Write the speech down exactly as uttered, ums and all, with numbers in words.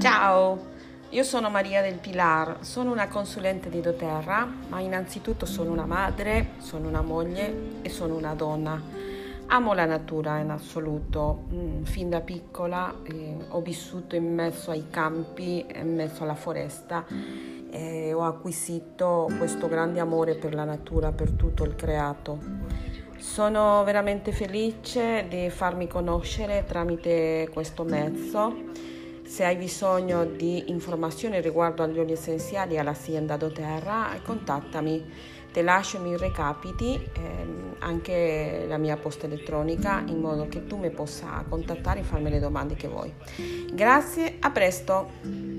Ciao, io sono Maria del Pilar, sono una consulente di doTERRA, ma innanzitutto sono una madre, sono una moglie e sono una donna. Amo la natura in assoluto. Mm, fin da piccola eh, ho vissuto in mezzo ai campi, in mezzo alla foresta e ho acquisito questo grande amore per la natura, per tutto il creato. Sono veramente felice di farmi conoscere tramite questo mezzo. Se hai bisogno di informazioni riguardo agli oli essenziali all'azienda doTERRA, contattami. Ti lascio i miei recapiti, ehm, anche la mia posta elettronica, in modo che tu mi possa contattare e farmi le domande che vuoi. Grazie, a presto!